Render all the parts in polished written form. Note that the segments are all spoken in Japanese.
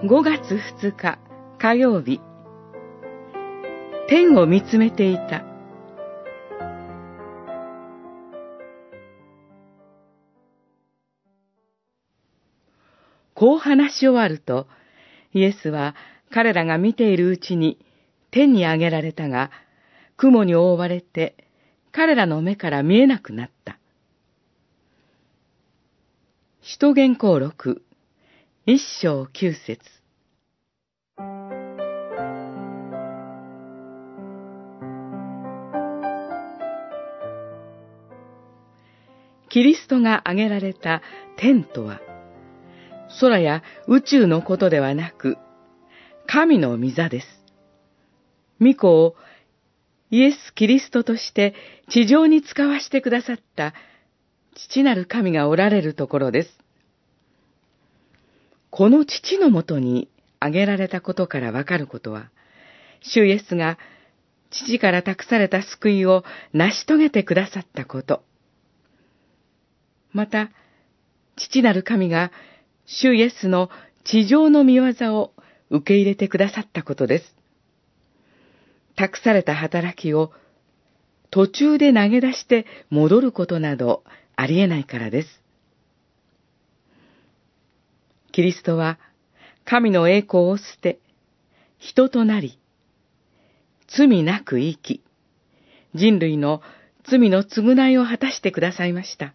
5月2日火曜日、天を見つめていた。こう話し終わると、イエスは彼らが見ているうちに天に上げられたが、雲に覆われて彼らの目から見えなくなった。使徒言行録1章9節。キリストが挙げられた天とは、空や宇宙のことではなく、神の御座です。御子をイエス・キリストとして地上に使わしてくださった父なる神がおられるところです。この父のもとに挙げられたことからわかることは、主イエスが父から託された救いを成し遂げてくださったこと。また、父なる神が主イエスの地上の御業を受け入れてくださったことです。託された働きを途中で投げ出して戻ることなどありえないからです。キリストは神の栄光を捨て、人となり、罪なく生き、人類の罪の償いを果たしてくださいました。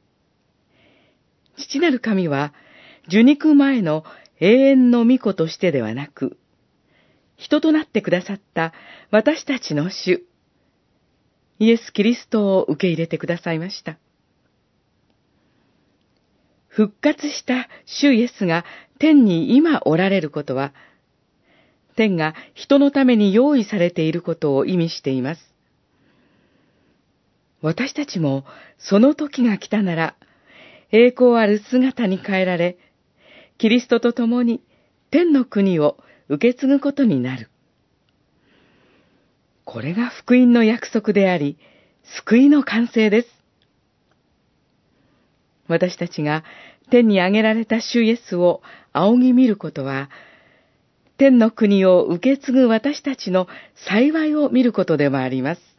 父なる神は、受肉前の永遠の御子としてではなく、人となってくださった私たちの主、イエス・キリストを受け入れてくださいました。復活した主イエスが天に今おられることは、天が人のために用意されていることを意味しています。私たちもその時が来たなら、栄光ある姿に変えられ、キリストと共に天の国を受け継ぐことになる。これが福音の約束であり、救いの完成です。私たちが天に上げられた主イエスを仰ぎ見ることは、天の国を受け継ぐ私たちの幸いを見ることでもあります。